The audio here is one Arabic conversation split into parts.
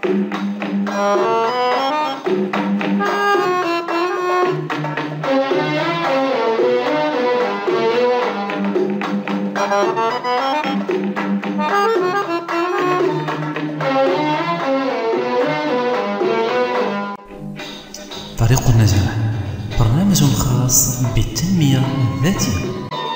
طريق النجاح، برنامج خاص بالتنمية الذاتية.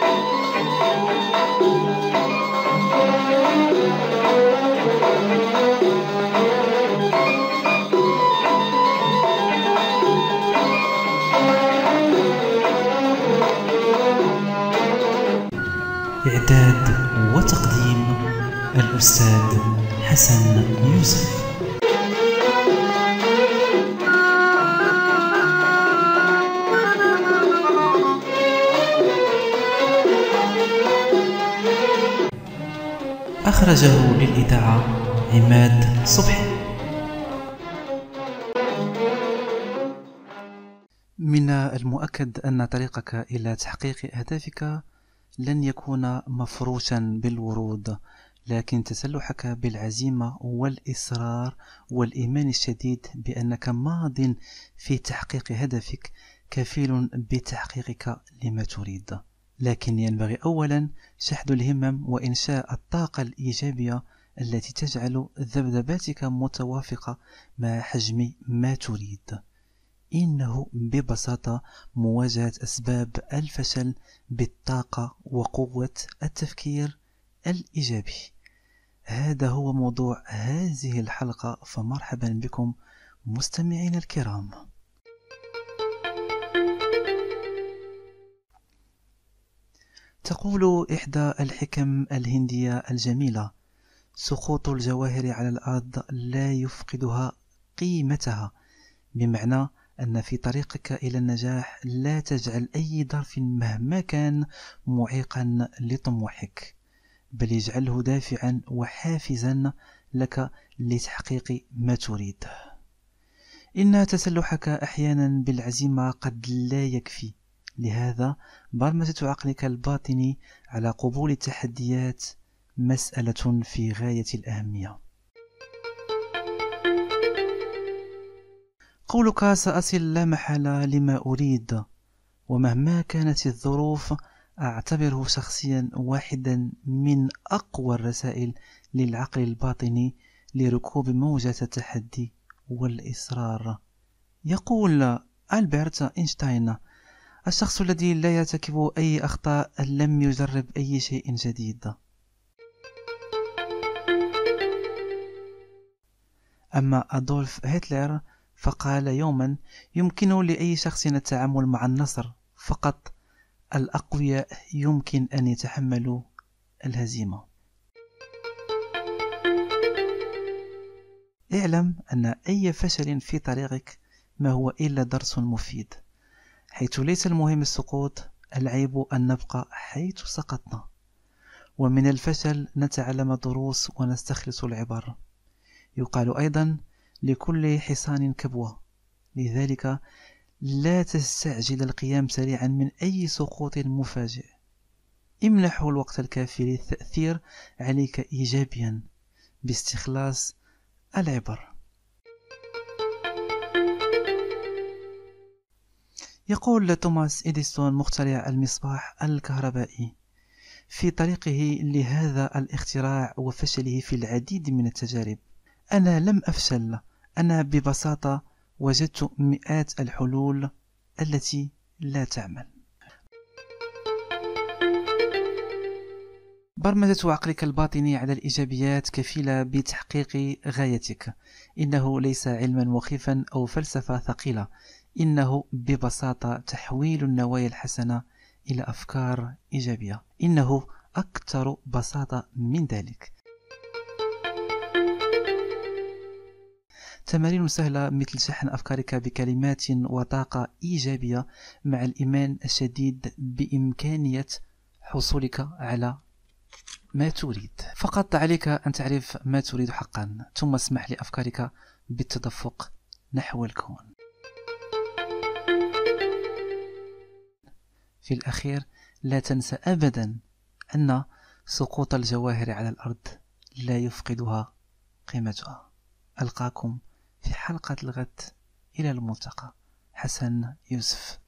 إعداد وتقديم الأستاذ حسن يوسف. أخرجه للإذاعة عماد صبحي. من المؤكد أن طريقك إلى تحقيق أهدافك لن يكون مفروشا بالورود، لكن تسلحك بالعزيمة والإصرار والإيمان الشديد بأنك ماض في تحقيق هدفك كفيل بتحقيقك لما تريد. لكن ينبغي أولا شحذ الهمم وإنشاء الطاقة الإيجابية التي تجعل ذبذباتك متوافقة مع حجم ما تريد. إنه ببساطة مواجهة أسباب الفشل بالطاقة وقوة التفكير الإيجابي. هذا هو موضوع هذه الحلقة، فمرحبا بكم مستمعين الكرام. تقول إحدى الحكم الهندية الجميلة: سقوط الجواهر على الأرض لا يفقدها قيمتها، بمعنى أن في طريقك إلى النجاح لا تجعل أي ظرف مهما كان معيقا لطموحك، بل يجعله دافعا وحافزا لك لتحقيق ما تريد. إن تسلحك أحيانا بالعزيمة قد لا يكفي، لهذا برمجة عقلك الباطني على قبول التحديات مسألة في غاية الأهمية. قولك سأصل لا محالة لما أريد ومهما كانت الظروف أعتبره شخصيا واحدا من أقوى الرسائل للعقل الباطني لركوب موجة التحدي والإصرار. يقول ألبرت إينشتاين: الشخص الذي لا يرتكب أي أخطاء لم يجرب أي شيء جديد. أما أدولف هتلر فقال يوما: يمكن لأي شخص التعامل مع النصر، فقط الأقوياء يمكن أن يتحملوا الهزيمة. اعلم أن أي فشل في طريقك ما هو إلا درس مفيد، حيث ليس المهم السقوط، العيب أن نبقى حيث سقطنا، ومن الفشل نتعلم دروس ونستخلص العبر. يقال أيضا: لكل حصان كبوة، لذلك لا تستعجل القيام سريعا من أي سقوط مفاجئ. امنحه الوقت الكافي للتأثير عليك إيجابيا باستخلاص العبر. يقول توماس إديسون مخترع المصباح الكهربائي في طريقه لهذا الاختراع وفشله في العديد من التجارب: أنا لم أفشل، أنا ببساطة وجدت مئات الحلول التي لا تعمل. برمجة عقلك الباطني على الإيجابيات كفيلة بتحقيق غايتك. إنه ليس علما مخيفا أو فلسفة ثقيلة، إنه ببساطة تحويل النوايا الحسنة إلى أفكار إيجابية. إنه أكثر بساطة من ذلك. تمارين سهلة مثل شحن أفكارك بكلمات وطاقة إيجابية مع الإيمان الشديد بإمكانية حصولك على ما تريد. فقط عليك أن تعرف ما تريد حقا، ثم اسمح لأفكارك بالتدفق نحو الكون. في الأخير لا تنسى أبدا أن سقوط الجواهر على الأرض لا يفقدها قيمتها. ألقاكم في حلقة الغد. إلى الملتقى. حسن يوسف.